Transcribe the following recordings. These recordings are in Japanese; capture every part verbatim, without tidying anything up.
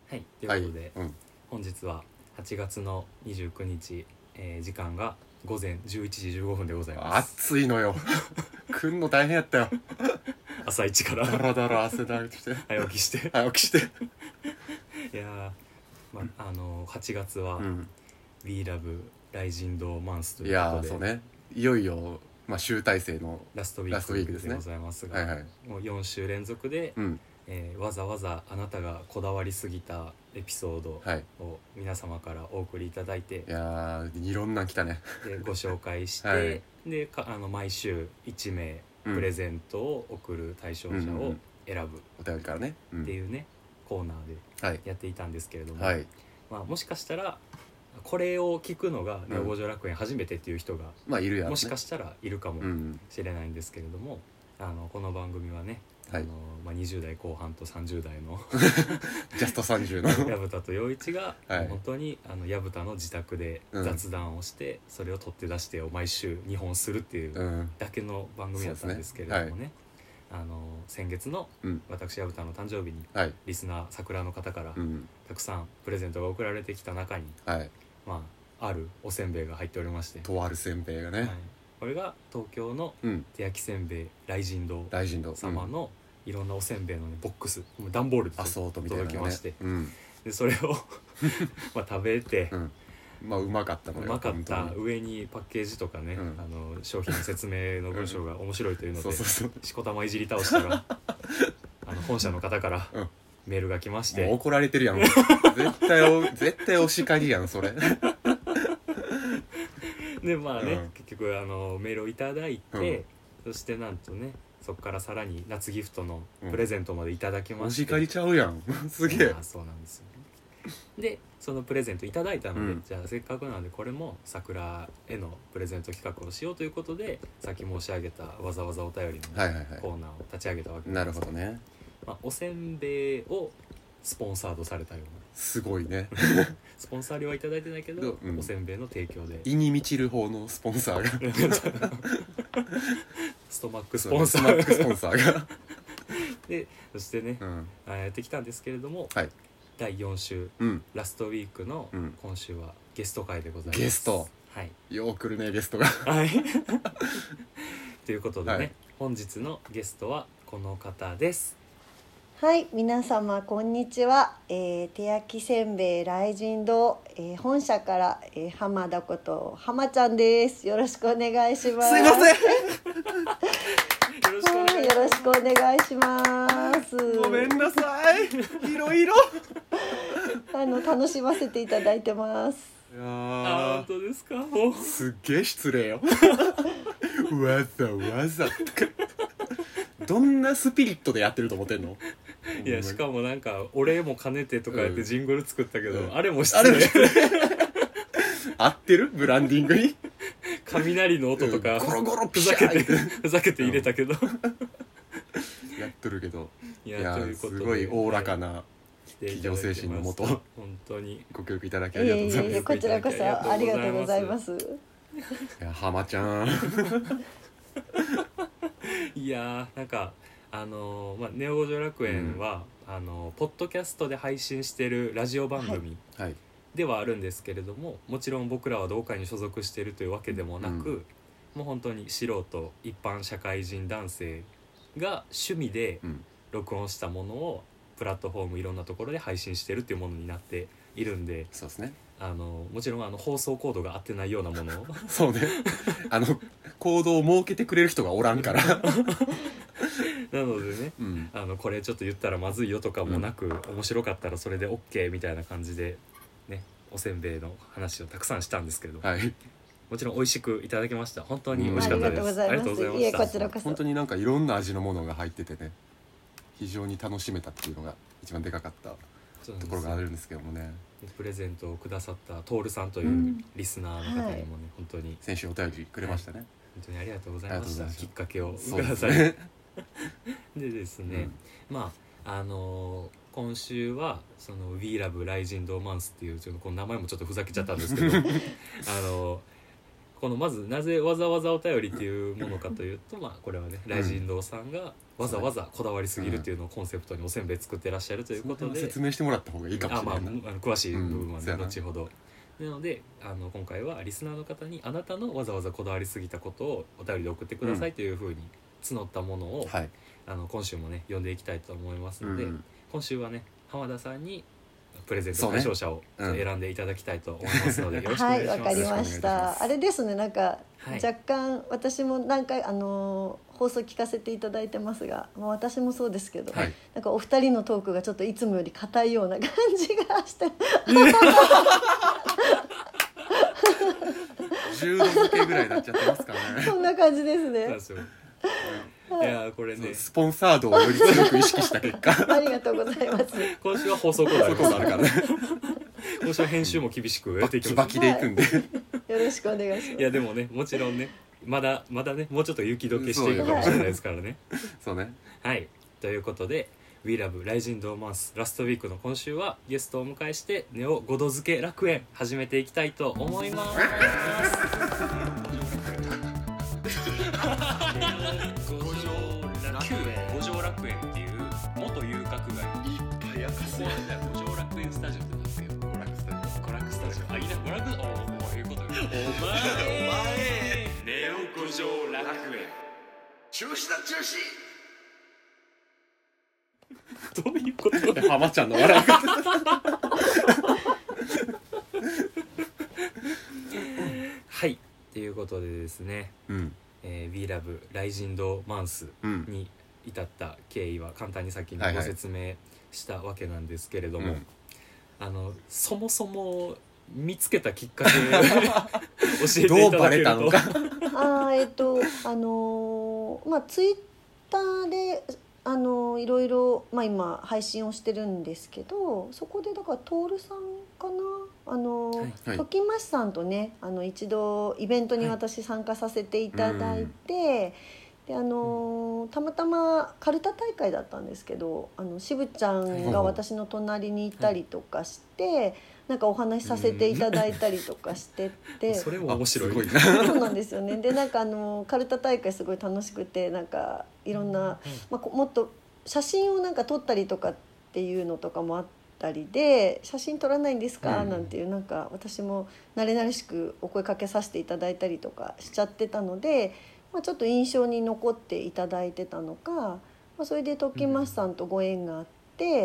はい、ということで、 はい、うん、 本日ははちがつのにじゅうくにち、えー、時間がごぜんじゅういちじじゅうごふんでございます。 暑いのよ来んの大変やったよ朝一からだらだら汗だくして早起きして早起きしていやー、まあ、あのー、はちがつは、 うん、 We Love 雷神堂マンスといいうことで、 やそうね、いよいよ、まあ、集大成のラストウィラストウィークですねークでございますが、 はいはい、 もうよんしゅう連続で、 うんえーわざわざあなたがこだわりすぎたエピソードはい、 を皆様からお送りいただいて、 いやいろんなん来たねでご紹介して、 はい、 でかあの毎週いちめいプレゼントを送る対象者を選ぶお便りからね、うん、 っていうねコーナーでやっていたんですけれども、 はいまあ、もしかしたらこれを聞くのがネオ五条楽園初めてっていう人が、 まあいるやろね、 もしかしたらいるかもうんしれないんですけれども、あのこの番組はね、 はいあのまあ、にじゅう代後半とさんじゅう代のジャストさんじゅうの矢蓋と陽一が、 はいもう本当にあの矢蓋の自宅で雑談をして、うん、それを取って出してを毎週にほんするっていうだけの番組だったんですけれどもね、うんねはい、あの先月の私矢蓋の誕生日に、はい、リスナー桜の方から、うん、たくさんプレゼントが送られてきた中に、はいまあ、あるおせんべいが入っておりまして、 とあるせんべいがね、はい、 これが東京の手焼きせんべい雷神堂様のいろんなおせんべいの、ね、ボックス段ボールで届きまして、ねうん、でそれをまあ食べて、うん、 まあうまかったのよ、 うまかった。上にパッケージとかね、うん、あの商品の説明の文章が面白いというので、うん、そうそうそうしこたまいじり倒したらあの本社の方からメールが来まして、 もう怒られてるやん絶対お絶対お叱りやんそれでまあね、うん、結局あのメールをいただいて、うん、そしてなんとねそこからさらに夏ギフトのプレゼントまでいただきまして、 うん、お叱りちゃうやんすげえ、 まあ、そうなんですよね。でそのプレゼントいただいたので、うん、じゃあせっかくなのでこれも桜へのプレゼント企画をしようということで、さっき申し上げたわざわざお便りのコーナーを立ち上げたわけです。 なるほどね、 まあ、おせんべいをスポンサードされたようなすごいねスポンサー料はいただいてないけど、うん、おせんべいの提供で胃に満ちる方のスポンサーがストマックスポンサースポンサーがでそしてね、うん、やってきたんですけれども、 はい、 だいよん週、うん、ラストウィークの今週はゲスト会でございます。 ゲスト、 はい、 よう来るねゲストがはいということでね、はい、本日のゲストはこの方です。 はい、皆様こんにちは、えー、手焼きせんべい雷神堂、えー、本社から、えー、浜田こと浜ちゃんです。よろしくお願いします。 すいませんよろしくお願いします。 ごめんなさいいろいろあの楽しませていただいてます。 いやあ本当ですか。 すっげえ失礼よわざわざどんなスピリットでやってると思ってんの。 いやしかもなんかお礼も兼ねてとかやってジングル作ったけど、うん、あれも失礼合ってるブランディングに雷の音とか、 うん、ゴロゴロふざけてふざけて入れたけど、うん、 やっとるけどいやいやすごいおおらかな企業精神のもと本当にご協力いただきありがとうございます。 いえいえこちらこそありがとうございます。いや浜ちゃんいやなんかあのーまあ、ネオ五条楽園は、うん、あのポッドキャストで配信してるラジオ番組ではあるんですけれども、はい、もちろん僕らは同会に所属しているというわけでもなく、うん、もう本当に素人一般社会人男性が趣味で録音したものをプラットフォームいろんなところで配信してるっていうものになっているんで、 そうですね、 あのもちろんあの放送コードが合ってないようなものをそうねあのコードを設けてくれる人がおらんからなのでね、うん、あのこれちょっと言ったらまずいよとかもなく、うん、面白かったらそれで OK みたいな感じでねおせんべいの話をたくさんしたんですけど、はい、もちろん美味しくいただきました。本当に美味しかったです、うん、 ありがとうございます。いえこちらこそ本当になんかいろんな味のものが入っててね非常に楽しめたっていうのが一番でかかったところがあるんですけどもね。 プレゼントをくださったトールさんというリスナーの方にもね、うんはい、本当に先週お便りくれましたね、はい、 本当にありがとうございました。きっかけをくださいでですね、うん、まああのー、今週はその We Love 雷神堂マンスっていうちょっとこの名前もちょっとふざけちゃったんですけどあのー、このまずなぜわざわざお便りっていうものかというと、まあこれはね雷神堂さんがわざわざこだわりすぎるっていうのをコンセプトにおせんべい作ってらっしゃるということで、 説明してもらった方がいいかもしれないな。 あ、まあ、あの詳しい部分はね、 うん、 後ほど。なのであの今回はリスナーの方にあなたのわざわざこだわりすぎたことをお便りで送ってくださいというふうに募ったものを、 はい、 あの今週もね読んでいきたいと思いますので、うん、今週はね浜田さんにプレゼント対象者を選んでいただきたいと思いますので、ね、うん、よろしくお願いします。 はい、わかりました。あれですね、なんか、はい、若干私も何回あの放送聞かせていただいてますが、まあ、私もそうですけど、はい、なんかお二人のトークがちょっといつもより硬いような感じがしてじゅうど付けぐらいになっちゃってますからね。 そんな感じですね。 そうですよ。いやこれね、 スポンサードをより強く意識した結果ありがとうございます。 今週は放送コーナーあるからね。 今週は編集も厳しくやっていきます。 バキバキでいくんで、はい、 よろしくお願いします。 いやでもね、もちろんね、まだまだね、もうちょっと雪解けしているかもしれないですからね。 そうね。 はい、ということで We Love 雷神堂マンスラストウィークの今週はゲストをお迎えしてネオごど付け楽園始めていきたいと思います。五条楽園っていう元遊郭街いっぱい明かす五条楽園スタジオってなんですよ。娯楽スタジオ、娯楽スタジオ、あ、いいな、娯楽、おお、いうこと言う。お前お前ネオ五条楽園中止だ中止。 どういうこと浜ちゃんの笑い方はい、ということでですね、うん、えー、We Love 雷神堂マンスに至った経緯は簡単に先にご説明したわけなんですけれども、はいはい、あのそもそも見つけたきっかけ教えていただけると。どうバレたのか。 あ、えっとあのー、まあツイッターであのいろいろ、まあ、今配信をしてるんですけど、そこでだからトールさんかな、あの、はい、時増さんとね、あの一度イベントに私参加させていただいて、はい、であのたまたまカルタ大会だったんですけど、あの渋ちゃんが私の隣にいたりとかして、はい、なんかお話しさせていただいたりとかしててそれも面白い。 そうなんですよね。でなんかあのカルタ大会すごい楽しくて、なんかいろんな、まあ、もっと写真をなんか撮ったりとかっていうのとかもあったりで、写真撮らないんですか、うん、なんていう、なんか私も慣れ慣れしくお声かけさせていただいたりとかしちゃってたので、まあ、ちょっと印象に残っていただいてたのか、まあ、それで時増さんとご縁があって、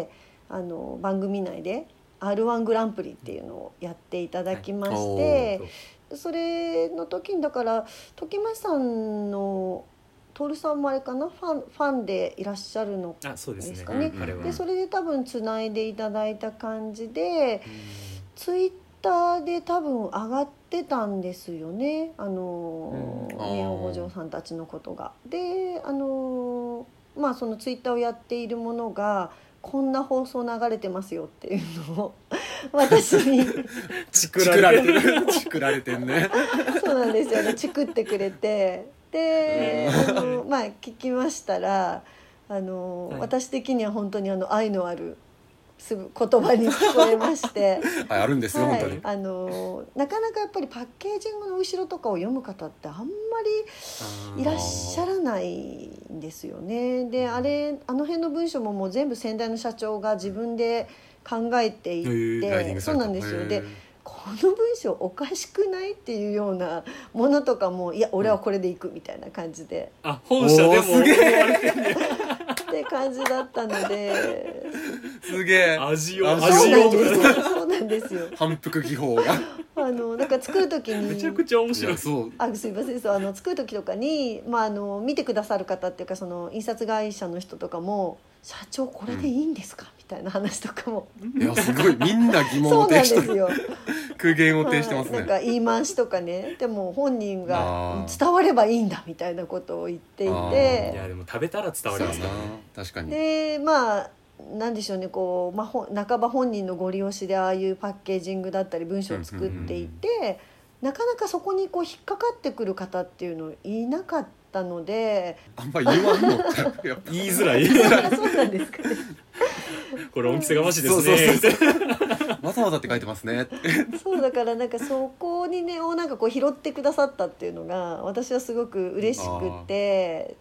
うん、あの番組内でアールワン グランプリっていうのをやっていただきまして、はい、それの時にだから時増さんの徹さんもあれかな、ファン、ファンでいらっしゃるのですかね。でそれで多分つないでいただいた感じで、ツイッターで多分上がってたんですよね、あのネオ五条さんたちのことが。であのまあそのツイッターをやっているものがこんな放送流れてますよっていうのを私にチクられてるチクられてんね。 そうなんですよね、チクってくれて、であのまあ聞きましたら、あの、はい、私的には本当にあの愛のあるすぐ言葉に聞こえましてあ, あるんですよ、はい、本当にあのなかなかやっぱりパッケージングの後ろとかを読む方ってあんまりいらっしゃらないんですよね。であれあの辺の文章ももう全部先代の社長が自分で考えていて、そうなんですよ。でこの文章おかしくないっていうようなものとかも、いや俺はこれでいくみたいな感じで、 うん、あ本社でもすげえって感じだったので、 すげえ味を味をそうなんですよ。 反復技法があのなんか作る時にめちゃくちゃ面白い。 そうあすいません、そうあの作る時とかに、まあ、あの見てくださる方っていうか、その印刷会社の人とかも社長これでいいんですか、うん、みたいな話とかもいやすごいみんな疑問を呈してる。 そうなんですよ。 苦言を呈してますね。 なんか言い回しとかね、でも本人が伝わればいいんだみたいなことを言っていて、 いやでも食べたら伝わりますからね。 確かに。 でまあなんでしょうね、こう、まあ、半ば本人のご利用しでああいうパッケージングだったり文章を作っていて、うんうんうん、なかなかそこにこう引っかかってくる方っていうのいなかったので、 あんま言わんのってやっぱ言いづらいそうなんですかねこれ恩着せがましいですね。そうそうそうわざわざって書いてますねそうだからなんかそこにねをなんかこう拾ってくださったっていうのが私はすごく嬉しくて、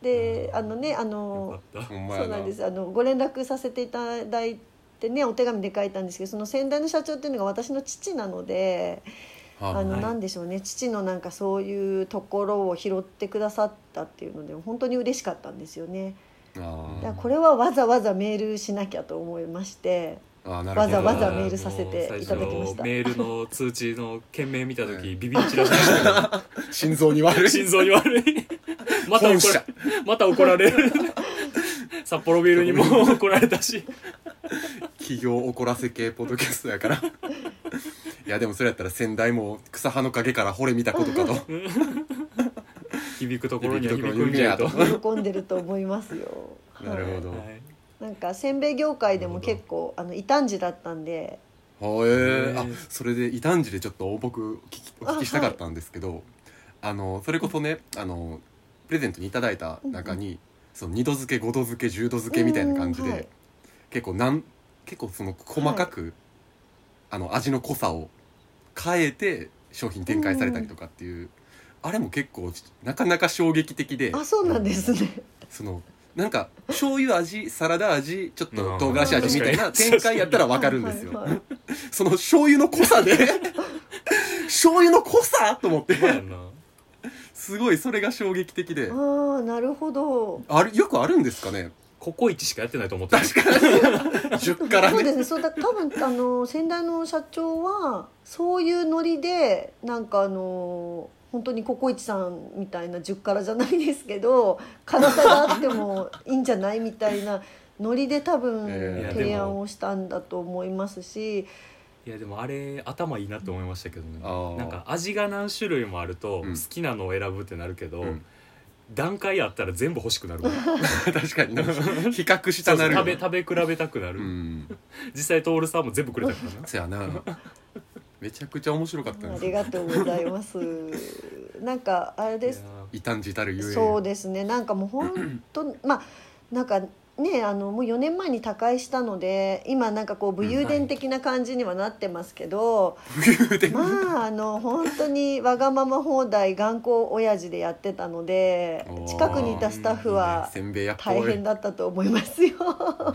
であのねあのそうなんですあのご連絡させていただいてねお手紙で書いたんですけどその先代の社長っていうのが私の父なのであの、はい、なんでしょうね父のなんかそういうところを拾ってくださったっていうので本当に嬉しかったんですよね。あだからこれはわざわざメールしなきゃと思いましてあわざわざメールさせていただきました。 メールの通知の件名見た時ビビり散らしましたけど心臓に悪い心臓に悪いまた怒らまた怒られる札幌ビールにも怒られたし企業怒らせ系ポッドキャストやからいやでもそれやったら先代も草葉の陰から惚れ見たことかと響くところには響くんじゃと喜んでると思いますよなるほど、はいなんかせんべい業界でも結構あの異端児だったんであ、えー、あそれで異端児でちょっと僕お聞きしたかったんですけど あ,、はい、あのそれこそねあのプレゼントにいただいた中に、うん、そのにど漬けごど漬けじゅうど漬けみたいな感じで、はい、結構なん結構その細かく、はい、あの味の濃さを変えて商品展開されたりとかっていう、あれも結構なかなか衝撃的であそうなんですねそのなんか醤油味サラダ味ちょっと唐辛子味みたいな展開やったら分かるんですよその醤油の濃さで醤油の濃さと思ってすごいそれが衝撃的でああなるほどあるよくあるんですかねココイチしかやってないと思って確かにじゅっからねそうですねそうだ多分あの先代の社長はそういうノリでなんかあの本当にココイチさんみたいなじゅっからじゃないですけど辛さがあってもいいんじゃないみたいなノリで多分提案をしたんだと思いますし、 いやでもあれ頭いいなと思いましたけどね。なんか味が何種類もあると好きなのを選ぶってなるけど、うん、段階あったら全部欲しくなる確かに比較したなるそうそう食べ食べ比べたくなる、うん、実際トールさんも全部くれたからなそうやなめちゃくちゃ面白かったです。 ありがとうございますなんかあれです異端児たるゆえそうですねなんかもう本当まあなんかねあのもうよねんまえに他界したので今なんかこう武勇伝的な感じにはなってますけど、うん、まああの本当にわがまま放題頑固親父でやってたので近くにいたスタッフは大変だったと思いますよ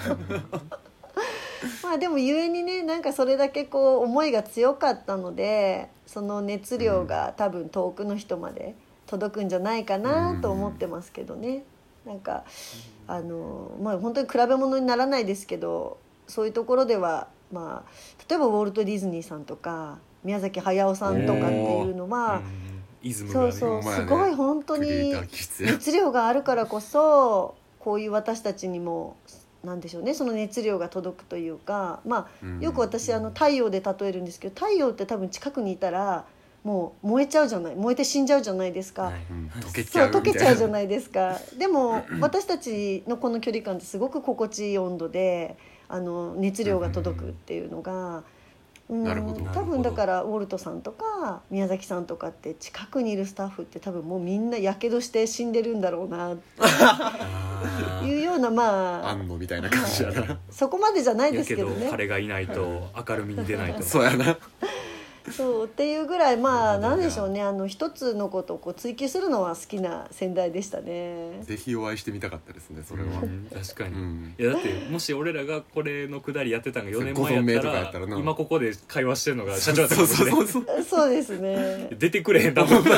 まあでもゆえにねなんかそれだけこう思いが強かったのでその熱量が多分遠くの人まで届くんじゃないかなと思ってますけどね。なんかあのまあ本当に比べ物にならないですけどそういうところではまあ例えばウォルト・ディズニーさんとか宮崎駿さんとかっていうのは、 イズムがね、そうそうすごい本当に熱量があるからこそこういう私たちにもなんでしょうねその熱量が届くというか、まあ、よく私あの太陽で例えるんですけど太陽って多分近くにいたらもう燃えちゃうじゃない燃えて死んじゃうじゃないですか、はいうん、溶けちゃうそう溶けちゃうじゃないですかでも私たちのこの距離感ってすごく心地いい温度であの熱量が届くっていうのが、うん、 なるほど多分だからウォルトさんとか宮崎さんとかって近くにいるスタッフって多分もうみんなやけどして死んでるんだろうなっていうようなまあ安野みたいな感じやな、はい、 そこまでじゃないですけどねやけど彼がいないと明るみに出ないとそうやなそうっていうぐらいまあなんでしょうねあの一つのことをこう追求するのは好きな先代でしたね。 ぜひお会いしてみたかったですねそれは、うん、 確かに、うん、いやだってもし俺らがこれのくだりやってたのがよねんまえやったら、やったら今ここで会話してるのが社長だったかもしれない。 そうですね出てくれへん多分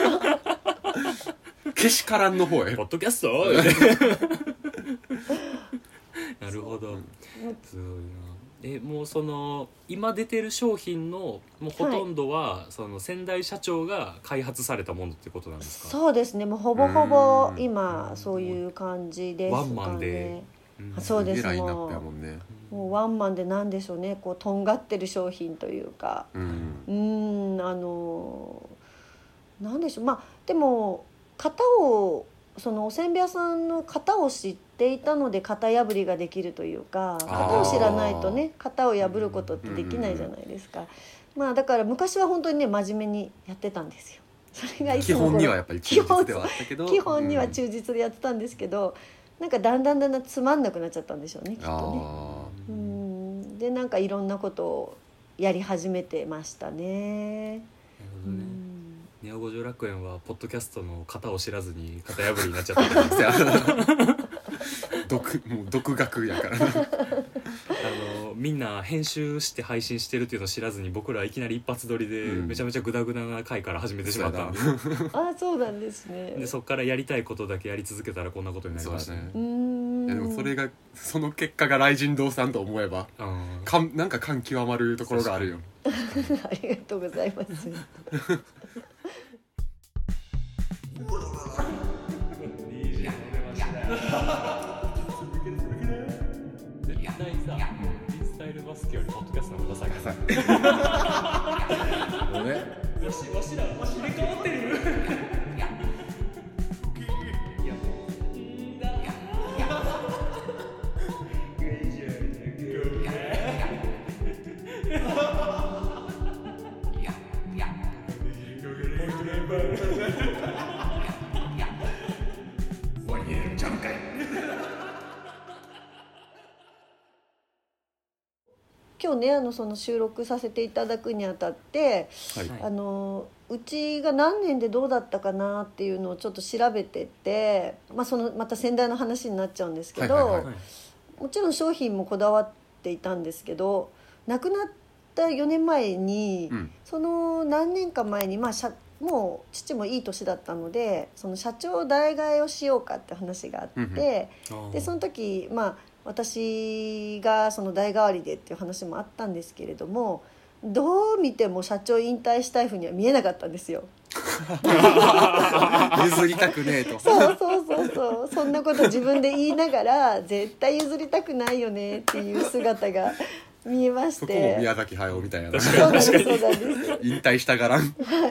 けしからんの方へポッドキャストなるほどすごいな。えもうその今出てる商品のもうほとんどは、はい、その先代社長が開発されたものってことなんですか？ そうですねもうほぼほぼ今そういう感じですかね。 ワンマンで、 うん、そうですラインナップやもんね。 もうワンマンでなんでしょうねこうとんがってる商品というかうん、うんあのなんでしょうまあでも型をそのおせんべい屋さんの型を知っていたので型破りができるというか型を知らないとね型を破ることってできないじゃないですか。まあだから昔は本当にね真面目にやってたんですよ。それがいつも基本にはやっぱり忠実ではあったけど基本には忠実でやってたんですけど、なんかだんだんだんだんつまんなくなっちゃったんでしょうねきっとね。うんでなんかいろんなことをやり始めてましたね。 なるほどね。 ネオ五条楽園はポッドキャストの型を知らずに型破りになっちゃったんですよ独もう独学やからなあのみんな編集して配信してるっていうのを知らずに僕らいきなり一発撮りでめちゃめちゃグダグダな回から始めてしまったんで、 うん、あそうなんですね。 でそっからやりたいことだけやり続けたらこんなことになりましたね。 うーんいやでもそれがその結果が雷神堂さんと思えばかんなんか感極まるところがあるよありがとうございます絶対さ、フリースタイルバスケよりポッドキャストの方がダサいごめんわしわしらわし入れ替わってる今日ねあのその収録させていただくにあたって、はい、あのうちが何年でどうだったかなっていうのをちょっと調べてて、まあ、そのまた先代の話になっちゃうんですけど、はいはいはい、もちろん商品もこだわっていたんですけど亡くなったよねんまえに、うん、その何年か前に、まあ、社もう父もいい年だったのでその社長代替えをしようかって話があって、うんうん、でその時まあ私がその代替わりでっていう話もあったんですけれどもどう見ても社長引退したいふうには見えなかったんですよ譲りたくねえとそうそうそうそうそんなこと自分で言いながら絶対譲りたくないよねっていう姿が見えましてそこも宮崎駿みたいなそうなんですそうなんです引退したがらん、 はい、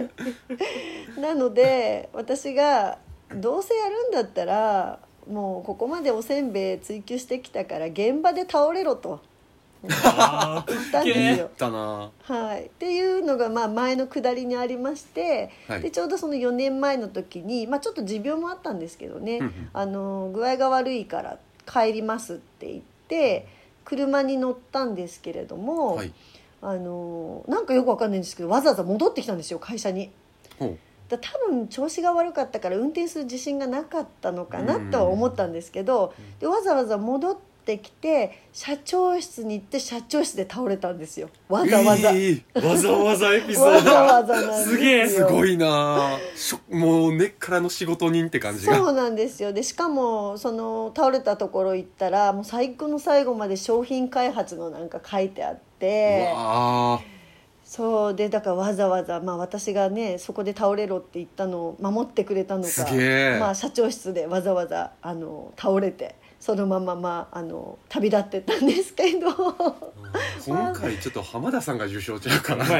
なので私がどうせやるんだったらもうここまでおせんべい追求してきたから現場で倒れろと言ったんですよ。 だな、 はい、っていうのがまあ前の下りにありまして、はい、でちょうどそのよねんまえの時に、まあ、ちょっと持病もあったんですけどね、うんうん、あの具合が悪いから帰りますって言って車に乗ったんですけれども、はい、あのなんかよくわかんないんですけどわざわざ戻ってきたんですよ会社に。ほう多分調子が悪かったから運転する自信がなかったのかなとは思ったんですけどでわざわざ戻ってきて社長室に行って社長室で倒れたんですよわざわざ、 えー、わざわざエピソードわざわざなんですよすげえすごいなもう根っからの仕事人って感じがそうなんですよでしかもその倒れたところ行ったらもう最後の最後まで商品開発のなんか書いてあってうわそうでだからわざわざ、まあ、私がねそこで倒れろって言ったのを守ってくれたのかすげえ、 まあ、社長室でわざわざあの倒れてそのまま、まあ、あの旅立ってったんですけど今回ちょっと浜田さんが受賞ちゃうかなこ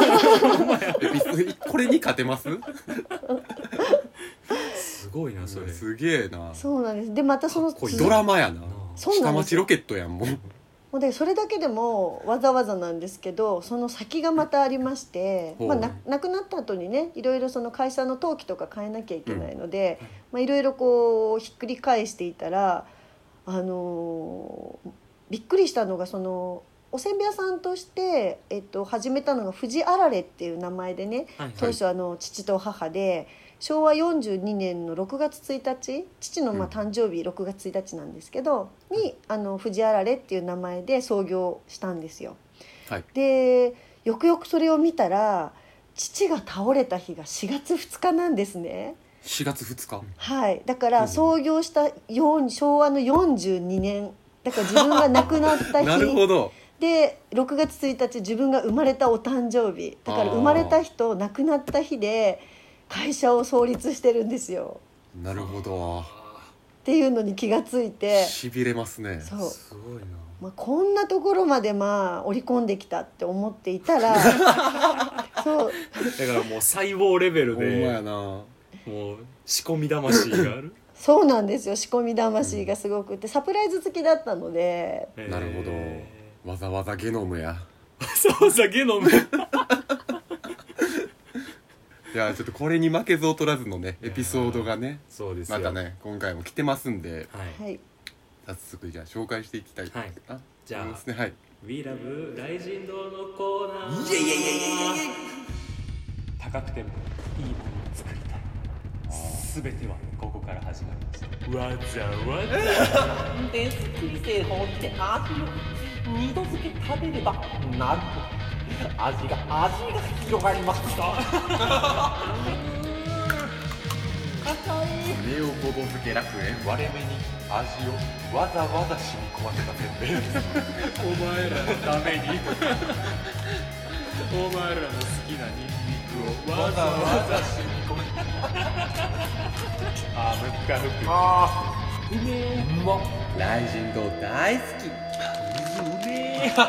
れに勝てますすごいなそれすげえなそうなんですでまたそのドラマやな下町ロケットやんもうもうでそれだけでもわざわざなんですけどその先がまたありまして、まあ、な亡くなった後にねいろいろその会社の登記とか変えなきゃいけないので、うんまあ、いろいろこうひっくり返していたら、あのー、びっくりしたのがそのおせんべい屋さんとして、えっと、始めたのが藤あられっていう名前でね、はいはい、当初あの父と母でしょうわよんじゅうにねんのろくがつついたち父のまあ誕生日ろくがつついたちなんですけど、うん、にあの藤あられっていう名前で創業したんですよ、はい、でよくよくそれを見たら父が倒れた日がしがつふつかなんですねしがつふつかはいだから創業したよしょうわのよんじゅうにねんだから自分が亡くなった日なるほどでろくがつついたち自分が生まれたお誕生日だから生まれた日と亡くなった日で会社を創立してるんですよなるほどっていうのに気がついてしびれますねそうすごいな、 まあ、こんなところまでまあ織り込んできたって思っていたらそうだからもう細胞レベルでほんまやなもう仕込み魂があるそうなんですよ仕込み魂がすごくて、うん、サプライズ付きだったので、 えー、なるほどわざわざゲノムやわざわざゲノムいやちょっとこれに負けず劣らずのねエピソードがねそうですよまたね今回も来てますんで、 はい、 早速じゃあ紹介していきたいと思います、はい、 じゃあですねはい We Love 大神堂のコーナーイエイエイエイエイエイ高高くてもいいものを作りたい。全てはここから始まりました。わざわざ手作り製法で味を二度漬け食べればなんと味が味が広がりましたネオごど漬け楽園割れ目に味をわざわざ染み込ませたせんべいですお前らのためにお前らの好きなニンニクをわざわざ染み込めあーむっかむっくあーうめえうまっ雷神堂大好きうめえ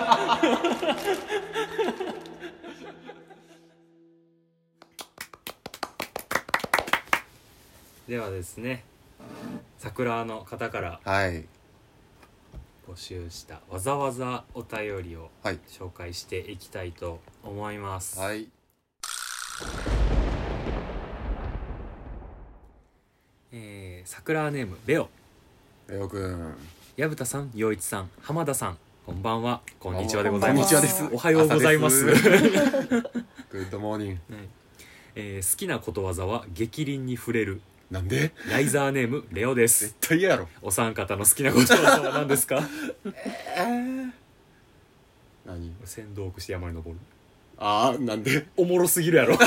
ではですね、桜の方からはい募集したわざわざお便りをはい紹介していきたいと思います。 はいえー、桜ネームレオ、 レオくん矢蓋さん、陽一さん、浜田さん、こんばんは、こんにちはでございこんます。 にちはですおはようございます。 朝ですグッドモーニングはいえー好きなことわざは逆鱗に触れる。 なんでライザーネームレオです。 絶対嫌やろお三方の好きなことわざは何ですか？ えー、何船頭をして山に登る。 あーなんでおもろすぎるやろ。 あ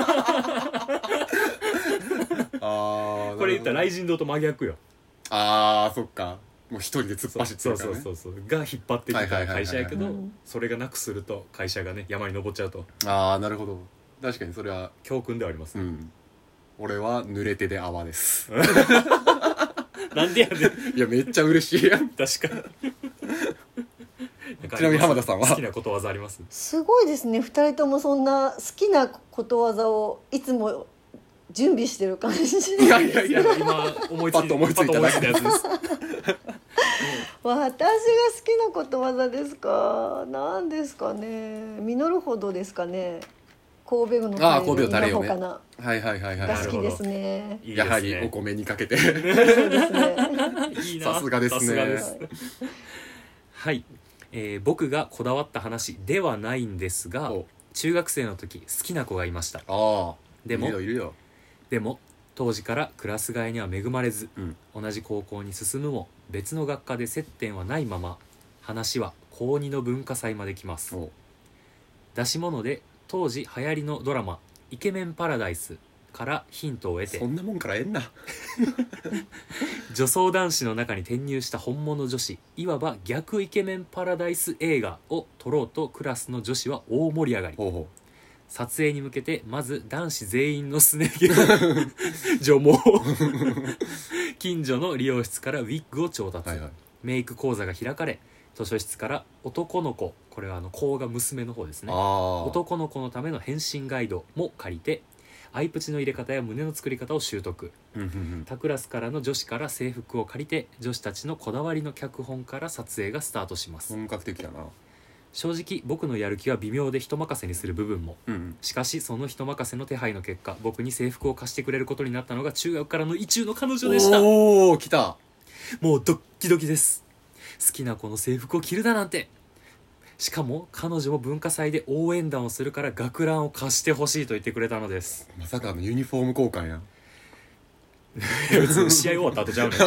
ーこれ言ったら来雷神堂と真逆よ。 あーそっかもう一人で突っ走ってそうるからねそうそうそうが引っ張ってきた会社やけどはいはいはいはいそれがなくすると会社がね山に登っちゃうとああなるほど確かにそれは教訓ではありますね。 うん俺は濡れ手で泡ですなんでやねん。 いやめっちゃ嬉しいやん確かに。 ちなみに浜田さんは好きなことわざあります？ すごいですね、ふたりともそんな好きなことわざをいつも準備してる感じ。 いやいやいや今思いついパッと思いついたパッと思いついたやつです。 私が好きなことわざですか、何ですかね、実るほどですかね、神戸のあー神戸のタレよねかなはいはいはいはいが好きですね。 いいですねやはりお米にかけてそうですね。 いいな。 さすがですねさすがですはい、えー僕がこだわった話ではないんですが、 お中学生の時好きな子がいました。 ああでもいるよいるよでも当時からクラス替えには恵まれず、 うん同じ高校に進むも別の学科で接点はないまま話は高にの文化祭まで来ます。 お出し物で当時流行りのドラマイケメンパラダイスからヒントを得てそんなもんからえんな女装男子の中に転入した本物女子、いわば逆イケメンパラダイス映画を撮ろうとクラスの女子は大盛り上がり、 ほうほ撮影に向けてまず男子全員のすね毛を除毛近所の理容室からウィッグを調達、 うはいはいメイク講座が開かれ、図書室から男の子、これはあの子が娘の方ですね、 ああ男の子のための変身ガイドも借りてアイプチの入れ方や胸の作り方を習得。 うんうんうん他クラスからの女子から制服を借りて女子たちのこだわりの脚本から撮影がスタートします。 本格的やな正直僕のやる気は微妙で人任せにする部分も、 うんうんしかしその人任せの手配の結果、僕に制服を貸してくれることになったのが中学からの意中の彼女でした。 おお来たもうドッキドキです。好きな子の制服を着るだなんて。しかも彼女も文化祭で応援団をするから学ランを貸してほしいと言ってくれたのです。 まさかあのユニフォーム交換やん別に試合終わった後ちゃうねん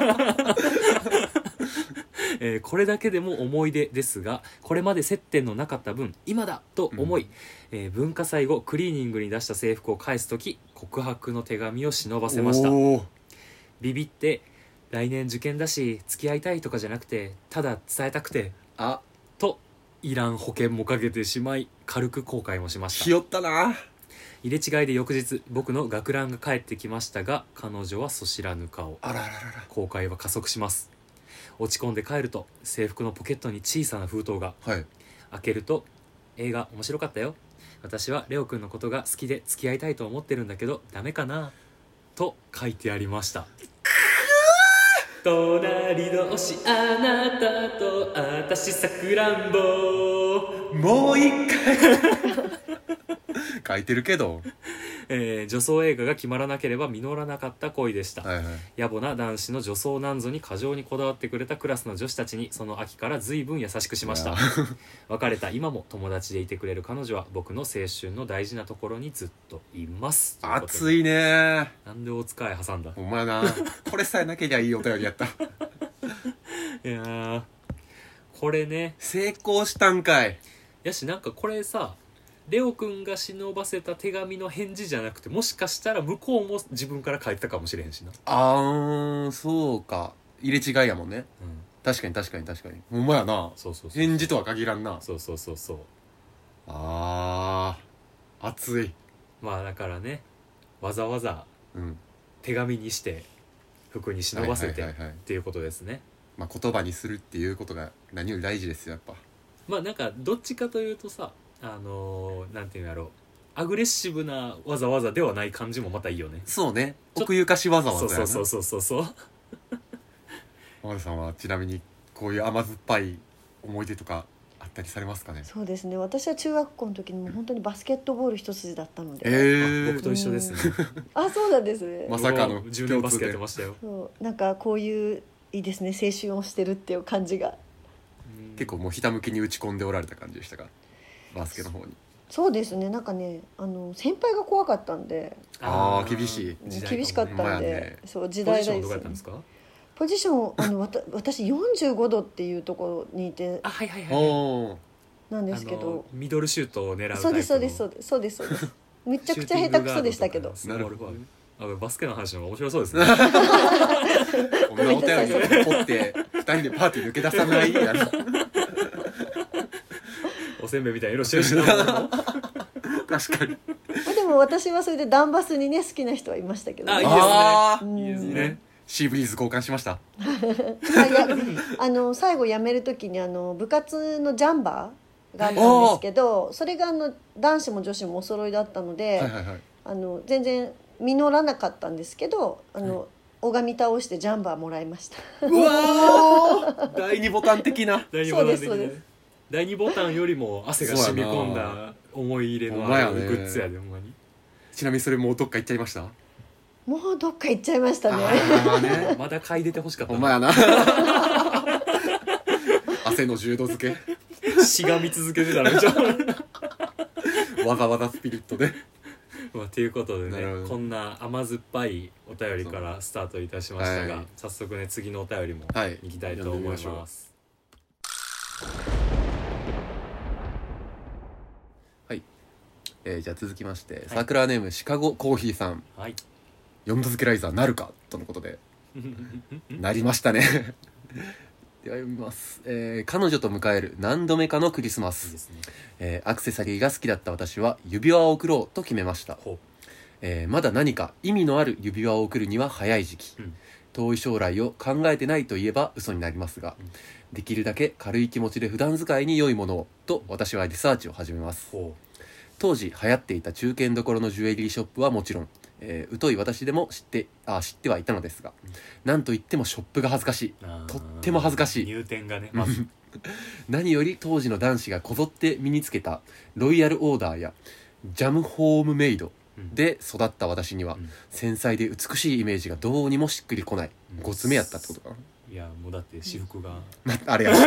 えーこれだけでも思い出ですが、これまで接点のなかった分今だと思い、 うんえー文化祭後クリーニングに出した制服を返す時、告白の手紙を忍ばせました。 おービビって来年受験だし付き合いたいとかじゃなくてただ伝えたくてあといらん保険もかけてしまい軽く後悔もしました。 ひよったな入れ違いで翌日僕の学ランが返ってきましたが、彼女はそ知らぬ顔。 あらららら後悔は加速します。落ち込んで帰ると制服のポケットに小さな封筒が。 はい開けると映画面白かったよ、私はレオくんのことが好きで付き合いたいと思ってるんだけどダメかなと書いてありました。隣同士あなたと私さくらんぼ、 もう一回書いてるけどえー女装映画が決まらなければ実らなかった恋でした、 はいはい野暮な男子の女装なんぞに過剰にこだわってくれたクラスの女子たちにその秋から随分優しくしましたいや別れた今も友達でいてくれる彼女は僕の青春の大事なところにずっといます熱いねなんで大塚愛挟んだほんまやなこれさえなけりゃいいお便りやったいやーこれね成功したんかいやしなんかこれさレオくんが忍ばせた手紙の返事じゃなくてもしかしたら向こうも自分から書いてたかもしれへんしな、 あーそうか入れ違いやもんねうん、 確かに確かに確かにほんまやなそうそうそう返事とは限らんなそうそうそうそうあー熱いまあだからねわざわざうん手紙にして服に忍ばせてっはいはいはいはいていうことですね。 まあ言葉にするっていうことが何より大事ですよやっぱまあなんかどっちかというとさあのー、なんていうんやろうアグレッシブなわざわざではない感じもまたいいよね。 そうねちょ奥ゆかしわざわそうざやなそうそうそうそうそう浜田さんはちなみにこういう甘酸っぱい思い出とかあったりされますかねそうですね。私は中学校の時にもう本当にバスケットボール一筋だったので、 えあー僕と一緒ですね。 あ、そうなんですね。 まさかの僕はじゅうねんバスケやってましたよ。 そうなんかこういういいですね、青春をしてるっていう感じが。 結構もうひたむきに打ち込んでおられた感じでしたかバスケの方にそうですね。なんかね、あの先輩が怖かったんで、 あー厳しい時代も厳しかったほんまんで、 やねそう時ポジション代ですよねどこやったんですか？ ポジションあのわた私よんじゅうごどっていうところにいてあはいはいはい。 おーなんですけあのど、 ミドルシュートを狙うタイプのそうですそうですそうですそうですそうです。めちゃくちゃ下手くそでしたけど。 なるほど。あバスケの話の方が面白そうですね。 こんなお便りを取ってふたりでパーティー抜け出さないやろおせんべいみたいな色してるしな。 確かにまあでも私はそれでダンバスにね好きな人はいましたけど、 あいいあーうんいいですね。 ねシーブリーズ交換しましたあいやあの最後辞める時にあの部活のジャンバーがあったんですけど、それがあの男子も女子もお揃いだったので、 はいはいはいあの全然実らなかったんですけど、あの拝み倒してジャンバーもらいました。 うわー第二ボタン的な第二ボタン的そうですそうですに第二ボタンよりも汗が染み込んだ思い入れのあるグッズやでほんまに。 ちなみにそれもうどっか行っちゃいましたもうどっか行っちゃいましたね。 あーねまだ嗅いでてほしかったほんまやな汗の重度付けしがみ続けてたらめっちゃわざわざスピリットでまあということでなるほどねこんな甘酸っぱいお便りからスタートいたしましたが、 はい早速ね次のお便りもはいいきたいと思い読んでみましょます。 えーじゃあ続きましてサークラーネームシカゴコーヒーさんはい。 読み続けライザーなるかとのことでなりましたねでは読みます、えー彼女と迎える何度目かのクリスマいいスで、すね。 えーアクセサリーが好きだった私は指輪を贈ろうと決めました、 ほえーまだ何か意味のある指輪を贈るには早い時期、 うん遠い将来を考えてないといえば嘘になりますが、 うんできるだけ軽い気持ちで普段使いに良いものをと私はリサーチを始めますうほ当時流行っていた中堅どころのジュエリーショップはもちろん、えー疎い私でも知ってあ知ってはいたのですが、 うんなんといってもショップが恥ずかしい。 う。あーとっても恥ずかしい入店がねまず。 何より当時の男子がこぞって身につけたロイヤルオーダーやジャムホームメイドうんで育った私には、 うん繊細で美しいイメージがどうにもしっくりこない、 うんごつめやったってことかいやもうだって私服がなあれや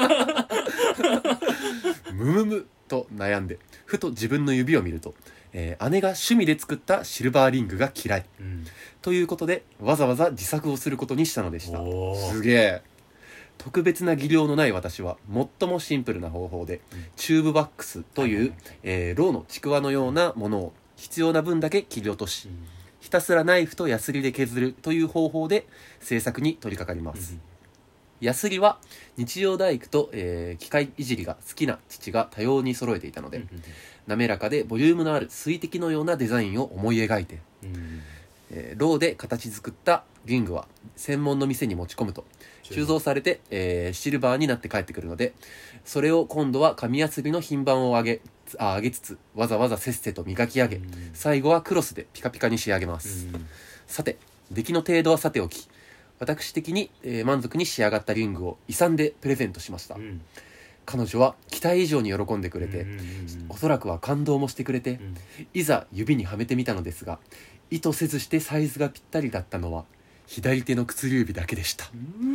むむむと悩んでふと自分の指を見ると、えー姉が趣味で作ったシルバーリングが嫌いうんということでわざわざ自作をすることにしたのでしたおーすげえ特別な技量のない私は最もシンプルな方法で、 うんチューブバックスという、 はいはいはいえーロウのちくわのようなものを必要な分だけ切り落とし、 うんひたすらナイフとヤスリで削るという方法で制作に取り掛かります、ヤスリは日曜大工と、えー機械いじりが好きな父が多様に揃えていたので、 うん滑らかでボリュームのある水滴のようなデザインを思い描いて、 うんえーロウで形作ったリングは専門の店に持ち込むと鋳造されて、えーシルバーになって帰ってくるので、それを今度は紙やすりの品番を上げあ上げつつわざわざせっせと磨き上げ、 うん最後はクロスでピカピカに仕上げます、 うんさて出来の程度はさておき私的に、えー満足に仕上がったリングを遺産でプレゼントしました、 うん彼女は期待以上に喜んでくれて、 うんうんうんおそらくは感動もしてくれて、 うん、 いざ指にはめてみたのですが、意図せずしてサイズがぴったりだったのは左手の薬指だけでした。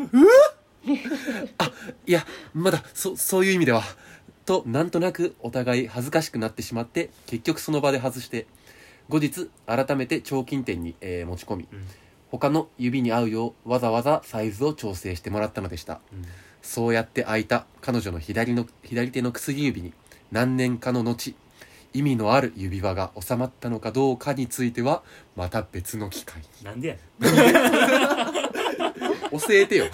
あ、いやまだ そ, そういう意味ではと、なんとなくお互い恥ずかしくなってしまって、結局その場で外して、後日改めて彫金店に、えー持ち込み、 うん他の指に合うようわざわざサイズを調整してもらったのでした。 うんそうやって開いた彼女の左の左手の薬指に何年かの後、意味のある指輪が収まったのかどうかについてはまた別の機会に。 なんでやね教えてよ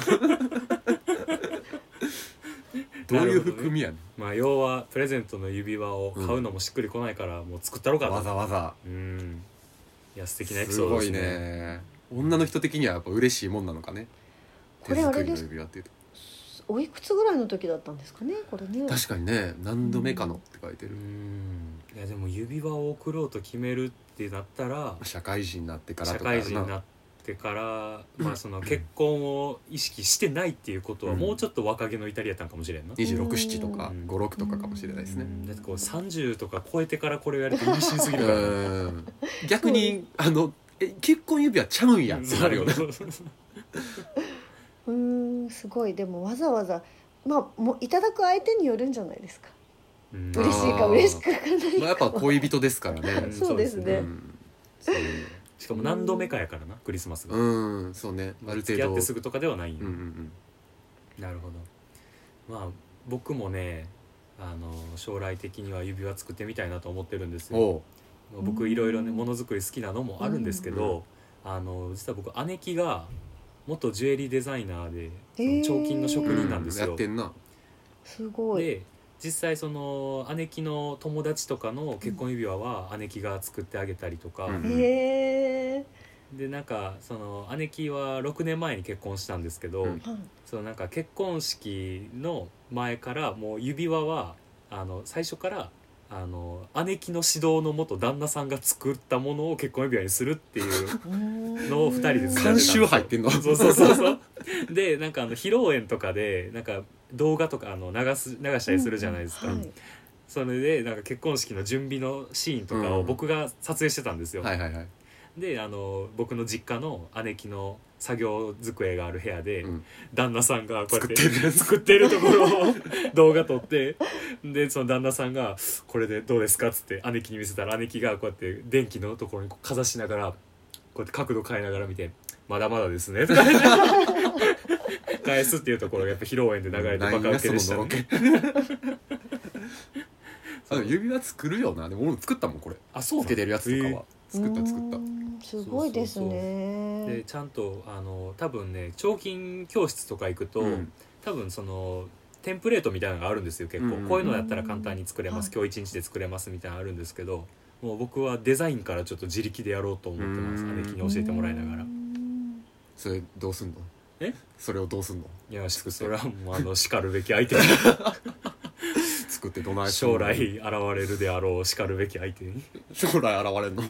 どういう含みやねん。 まあ要はプレゼントの指輪を買うのもしっくりこないから、もう作ったろうかと。 わざわざ。 うんいや素敵なエピソードですね。 すごいね。女の人的にはやっぱ嬉しいもんなのかね。 これあれです手作りの指輪っていうとおいくつぐらいの時だったんですかね、これね。 確かにね、何度目かのって書いてる。 うんいやでも指輪を贈ろうと決めるってなったら、 社会人になってから社とか会人になってからまあその結婚を意識してないっていうことはもうちょっと若気の至りやったんかもしれんな。 にじゅうろく、ななとかうんご、ろくとかかもしれないですね。 うんだってこうさんじゅうとか超えてからこれをやると意味深すぎるから、ね、 うん逆にあのえ結婚指輪ちゃうんやってなるよね。 そうそうそううーんすごい。でもわざわざまあもういただく相手によるんじゃないですか。 うん嬉しいか嬉しくないか、 まあ、やっぱ恋人ですからね。 そうですねうんそうしかも何度目かやからなクリスマスが、 うんそうね、ある程度付き合ってすぐとかではないんよ、 うんうんうんなるほど。まあ僕もねあの将来的には指輪作ってみたいなと思ってるんですよ。 おう僕いろいろねものづくり好きなのもあるんですけど、 うあの実は僕姉貴が元ジュエリーデザイナーでそへーの彫金の職人なんですよやっ。てんな。 すごい。 で実際その姉貴の友達とかの結婚指輪は姉貴が作ってあげたりとか、 うんへえ。 でなんかその姉貴はろくねんまえに結婚したんですけど、 うんはい。 そのなんか結婚式の前からもう指輪はあの最初からあの姉貴の指導のもと旦那さんが作ったものを結婚指輪にするっていうのをふたりでずっとやってたんですよ。 監修入ってんの。 そうそうそうそうでなんかあの披露宴とかでなんか動画とかあの流す流したりするじゃないですか、 うんはい。 それでなんか結婚式の準備のシーンとかを僕が撮影してたんですよ、 はいはいはい。 であの僕の実家の姉貴の作業机がある部屋で、 うん旦那さんがこうやって作ってる作ってるところを動画撮ってでその旦那さんが「これでどうですか?」っつって姉貴に見せたら姉貴がこうやって電気のところにこうかざしながらこうやって角度変えながら見て「まだまだですね」とか言って返すっていうところがやっぱ披露宴で流れてバカウケでした何ね。 やそののろけあの指輪作るよな。でも俺も作ったもんこれ。 あそうなのつけてるやつとかは作った作ったうー。んすごいですね。 でちゃんとあの多分ね彫金教室とか行くと、 うん多分そのテンプレートみたいなのがあるんですよ結構、 うんこういうのやったら簡単に作れます、 うん今日一日で作れますみたいなのあるんですけど、もう僕はデザインからちょっと自力でやろうと思ってます。 うん姉貴に教えてもらいながら。 うんそれどうすんの？ え？ それをどうすんの？ いやそれはもうあの叱るべき相手作ってどないすんの将来現れるであろう叱るべき相手に将来現れんの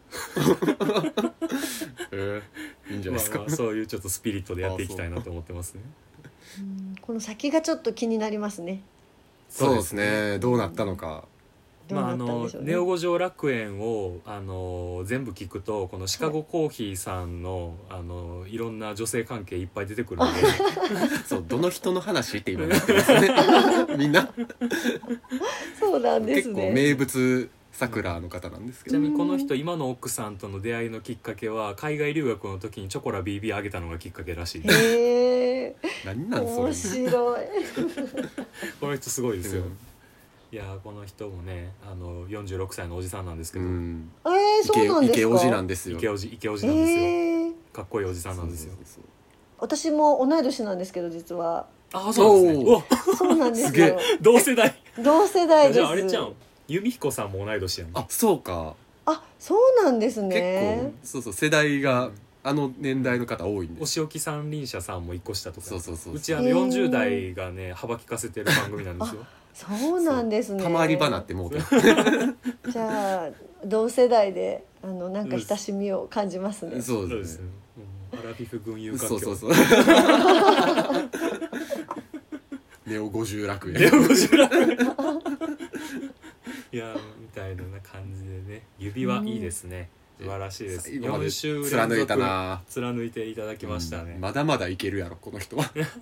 えー、いいんじゃないですか、 まあまあそういうちょっとスピリットでやっていきたいなと思ってますね。 うんこの先がちょっと気になりますね。 そうですね。どうなったのか。 どうまあ、あのなったんでしょうね。 ネオ五条楽園をあの全部聞くとこのシカゴコーヒーさんの、あのいろんな女性関係いっぱい出てくるんでそうどの人の話って今言ってますねみんなそうなんです結構ね。 名物さくらの方なんですけど、 ちなみにこの人今の奥さんとの出会いのきっかけは海外留学の時にチョコラ ビービー あげたのがきっかけらしいです。 へえ。 何なんそれ面白い。 この人すごいですよ、 うんいやーこの人もねあのよんじゅうろくさいのおじさんなんですけど、 うんえー、そうなんですか。 イケおじなんですよ。 イケおじイケおじなんですよ、 えー、 かっこいいおじさんなんですよ。 そうそうそう私も同い年なんですけど実はああそうなんですね。 おおそうなんですすげよ。 同世代同世代です。 じゃああれちゃん弓彦さんも同い年やん。 あそうか、 あ、そうなんです結ね構。そうそう世代があの年代の方多いんです。 お仕置き三輪車さんも一個下とか、 そうそうそううちあのへーよんじゅう代がね幅利かせてる番組なんですよ。 そうなんですね。 たまり場なってもうてじゃあ同世代であのなんか親しみを感じますね。 そうそうでねですすね。 うんアラフィフ群雄環境。 そうそうそうネオ五十楽園ネオ五十楽園いやみたいな感じでね、指輪いいですね、うん、素晴らしいです。よん週連続貫いたな、 貫いていただきましたね、 うん、まだまだいけるやろこの人は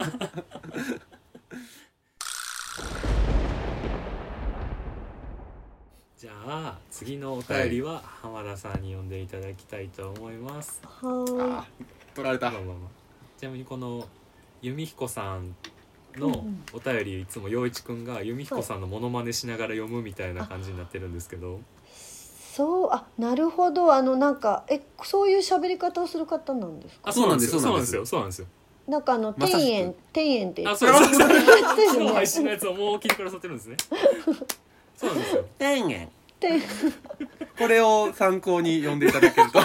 じゃあ次のお便りは浜田さんに読んでいただきたいと思います。 は取られた、 まあまあまあ、ちなみにこの弓彦さんのお便り、いつも陽一くんが弓彦さんのモノマネしながら読むみたいな感じになってるんですけど、 そう、あ、なるほど。あのなんかえそういう喋り方をする方なんですか。 あ、そうなんですよ、そうなんですよ、そうなんですよ。 なんかあのまさしく天円天円ってあ、そうですそうですですその配信のやつをもう聞いてくださってるんですねそうなんですよ。 天元天これを参考に読んでいただけると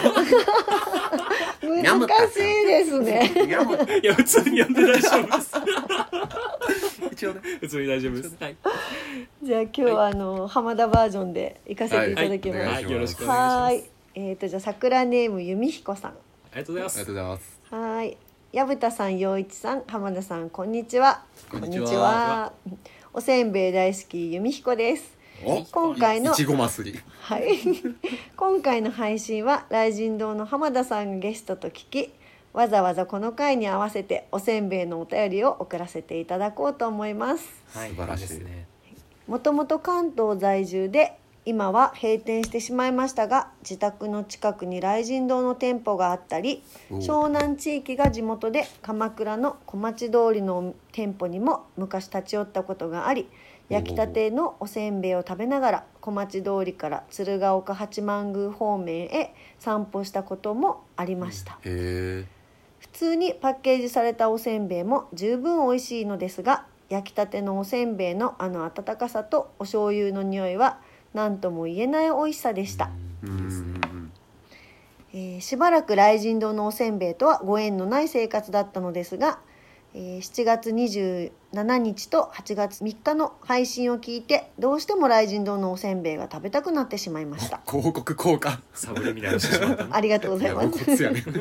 難しいですねいやもういや普通に読んで大丈夫です一応ね普通に大丈夫です。はい。 じゃあ今日はあの、はい、浜田バージョンで行かせていただきます。 はい、はい、よろしくお願いします。 はい、えっ、ー、とじゃあ桜ネーム弓彦さん、 ありがとうございます。 ありがとうございます。 はい、矢蓋さん、陽一さん、浜田さん、こんにちは。 こんにちは。 おせんべい大好き弓彦です。今回のいちご祭りはい今回の配信は雷神堂の浜田さんがゲストと聞き、わざわざこの回に合わせておせんべいのお便りを送らせていただこうと思います。 はい、 素晴らしいですね。 もともと関東在住で今は閉店してしまいましたが、自宅の近くに雷神堂の店舗があったり、湘南地域が地元で鎌倉の小町通りの店舗にも昔立ち寄ったことがあり、焼きたてのおせんべいを食べながら小町通りから鶴岡八幡宮方面へ散歩したこともありました。 へー。 普通にパッケージされたおせんべいも十分美味しいのですが、焼きたてのおせんべいのあの温かさとお醤油の匂いは何とも言えない美味しさでした。 うん、いいですね。 えー、しばらく雷神堂のおせんべいとはご縁のない生活だったのですが、えー、しちがつにじゅうしちにちとはちがつみっかの配信を聞いて、どうしても雷神堂のおせんべいが食べたくなってしまいました。 広告効果サブリミナルしてしまったありがとうございます。 いやこっちやね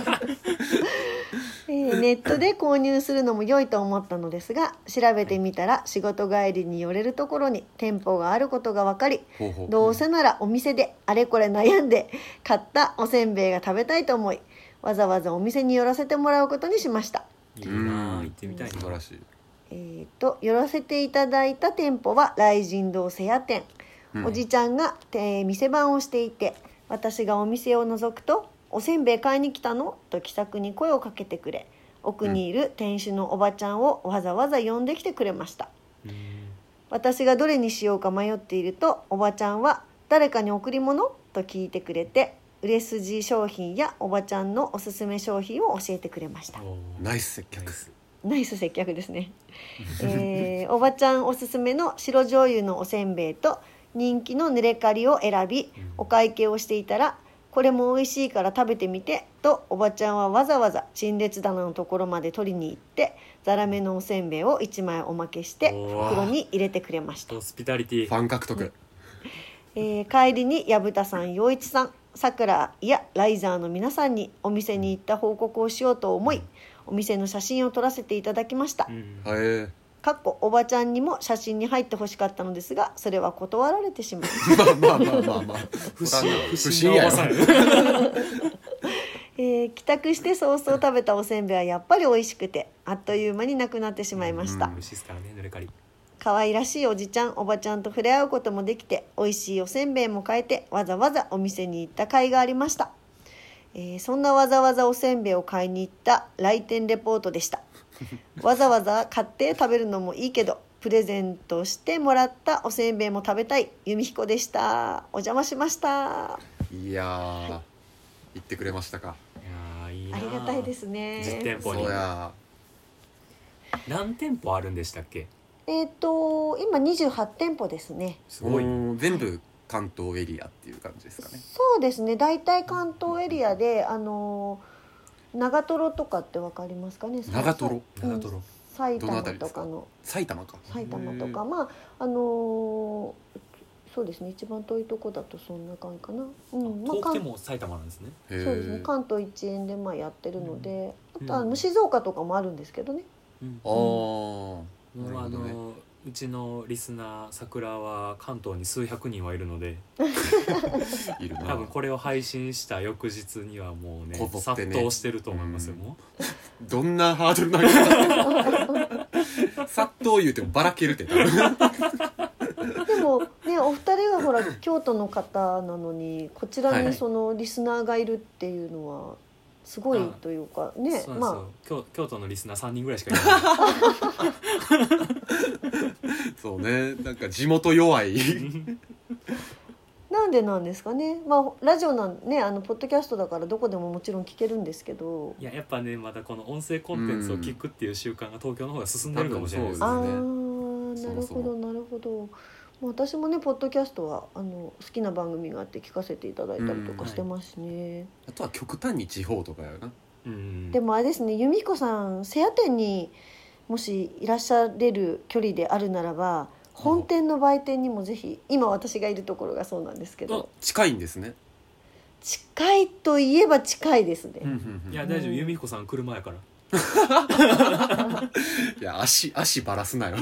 えー、ネットで購入するのも良いと思ったのですが、調べてみたら仕事帰りに寄れるところに店舗があることが分かり、 ほうほう、 どうせならお店であれこれ悩んで買ったおせんべいが食べたいと思い、わざわざお店に寄らせてもらうことにしました。 いいな、行ってみたいな。 素晴らしい。 えー、と寄らせていただいた店舗は雷神堂瀬谷店、うん、おじちゃんが、えー、店番をしていて、私がお店を覗くと、おせんべい買いに来たのと気さくに声をかけてくれ、奥にいる店主のおばちゃんをわざわざ呼んできてくれました。うん、私がどれにしようか迷っていると、おばちゃんは誰かに贈り物と聞いてくれて、売れ筋商品やおばちゃんのおすすめ商品を教えてくれました。 ナイス接客。 ナイス接客ですね、えー、おばちゃんおすすめの白醤油のおせんべいと人気のぬれかりを選び、お会計をしていたら、これも美味しいから食べてみてとおばちゃんはわざわざ陳列棚のところまで取りに行って、ザラメのおせんべいをいちまいおまけして袋に入れてくれました。 ホスピタリティ、 ファン獲得、 えー、帰りに矢蓋さん、陽一さん、さくらいやライザーの皆さんにお店に行った報告をしようと思い、お店の写真を撮らせていただきました。 うん、へかっこおばちゃんにも写真に入ってほしかったのですが、それは断られてしまいまあまあまあまあまあ不審不審なおばさんえー、帰宅して早々食べたおせんべいはやっぱり美味しくて、あっという間になくなってしまいました。 美味しいですからね、ぬれかり。 可愛らしいおじちゃんおばちゃんと触れ合うこともできて、美味しいおせんべいも買えて、わざわざお店に行った甲斐がありました。えー、そんなわざわざおせんべいを買いに行った来店レポートでした。わざわざ買って食べるのもいいけど、プレゼントしてもらったおせんべいも食べたい弓彦でした。お邪魔しました。 いやー、はい、言ってくれましたか。 いやいいな、 ありがたいですね。 実店舗にそうや。 何店舗あるんでしたっけ。 えっ、ー、と今にじゅうはち店舗ですね。 すごい。全部関東エリアっていう感じですかね。 そうですね、大体関東エリアで、あの長瀞とかってわかりますかね。 長瀞、 うん、埼玉とかの埼玉か埼玉とか、まああのー、そうですね、一番遠いとこだとそんな感じかな。うん、 まあ、遠くても埼玉なんですね。 そうですね、関東一円でまあやってるので、うん、あとは静岡とかもあるんですけどね。 うん、ああ、 もうあなるほどのうちのリスナー桜は関東に数百人はいるのでいるな。 多分これを配信した翌日にはもうねこぞってね殺到してると思いますよ、 うんもどんなハードルなんか殺到言うてもばらけるって多分でもねお二人はほら京都の方なのにこちらはいにそのリスナーがいるっていうのはすごいというかね、 うそうなんですよ、 ま京京都のリスナーさんにんぐらいしかいないそうね、なんか地元弱いあなんでなんですかね。まあラジオなんねあのポッドキャストだからどこでももちろん聞けるんですけど、 いややっぱねまだこの音声コンテンツを聞くっていう習慣が東京の方が進んでるかもしれないです多ああ分そうですねーなるほどなるほど。もう私もねポッドキャストはあの好きな番組があって聞かせていただいたりとかしてますね。 あとは極端に地方とかやな。 うんでもあれですね由美子さん瀬谷店にもしいらっしゃれる距離であるならば本店の売店にもぜひ今私がいるところがそうなんですけど近いんですね。 近いといえば近いですね。 いや大丈夫由美子さん車やからいや足足ばらすなよ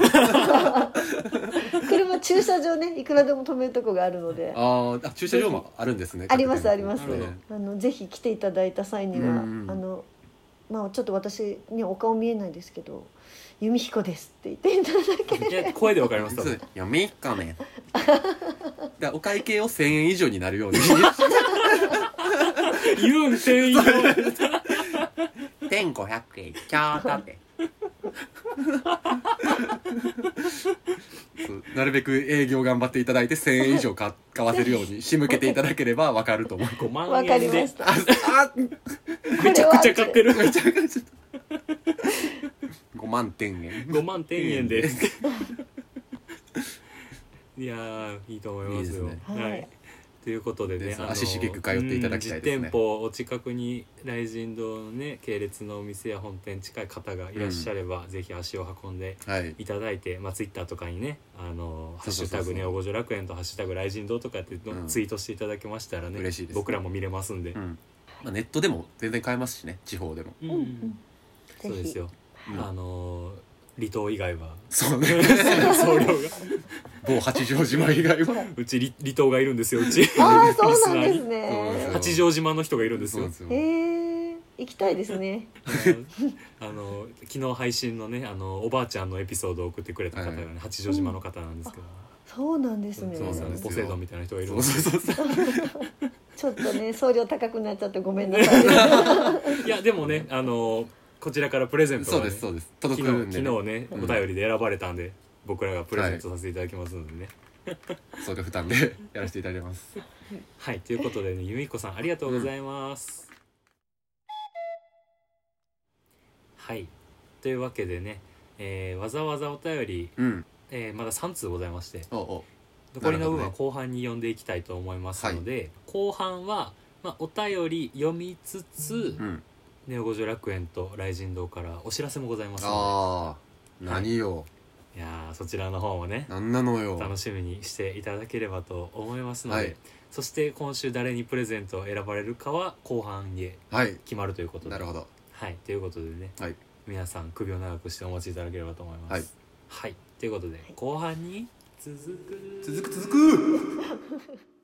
車駐車場ねいくらでも止めるとこがあるのであーあ駐車場もあるんですね。 ありますあります、 なるほどあのぜひ来ていただいた際には、 うんあのまあちょっと私にお顔見えないですけど由美彦ですって言っていただけいや声でわかります多分そういやめっかねだお会計をせんえん以上になるように言うん店員のせんごひゃくえんキャーだってそうなるべく営業頑張っていただいてせんえん以上か買わせるように仕向けていただければ分かると思う。 ごまんわかり円でました。 ああめちゃくちゃ買ってるめちゃくちゃごまんてんえんごまんてんえんでいやーいいと思いますよ。 いいですねははいいということでね、 ですあの足しげく通っていただきたいですねうん実店舗お近くに雷神堂のね系列のお店や本店近い方がいらっしゃれば、ぜひ足を運んではいいただいて、まあ、ツイッターとかにね「あのハッシュそうそうそうそうタグネオ五条楽園」と「ハッシュタグ雷神堂」とかってのうんツイートしていただけましたらね、 嬉しいですね僕らも見れますんで、 うんまあ、ネットでも全然買えますしね地方でも、 うんうんうんそうですよ、 うんあの離島以外はそうね送料が某八丈島以外はうち離離島がいるんですようちああそうなんですそうなんねですよ八丈島の人がいるんですよそうですよへえ行きたいですね。 あの昨日配信のねあのおばあちゃんのエピソードを送ってくれた方がね、 はい八丈島の方なんですけど、 そうなんですね。 そうなんですよポセイドンみたいな人がいるんそうですそうそうちょっとね送料高くなっちゃってごめんなさい。 いやでもねあのこちらからプレゼントが、ね、 そうですそうです昨日届くんで、ね、 昨日ね、 うんお便りで選ばれたんで僕らがプレゼントさせていただきますのでね送料負担でやらせていただきますはいということでね由美子さんありがとうございます、はいというわけでね、えーわざわざお便り、 うんえーまださん通ございましておうおう残りの分はなるほ後半に読んでいきたいと思いますので、後半は、まあ、お便り読みつつ、 うんネオ五条楽園と雷神堂からお知らせもございますのああ何よ、 でいやーそちらの方もねなんなのよ楽しみにしていただければと思いますので、 はいそして今週誰にプレゼントを選ばれるかは後半へはい決まるということでなるほどはいということでね、 はい皆さん首を長くしてお待ちいただければと思いますはい、 はい、ということで後半に続く続く続く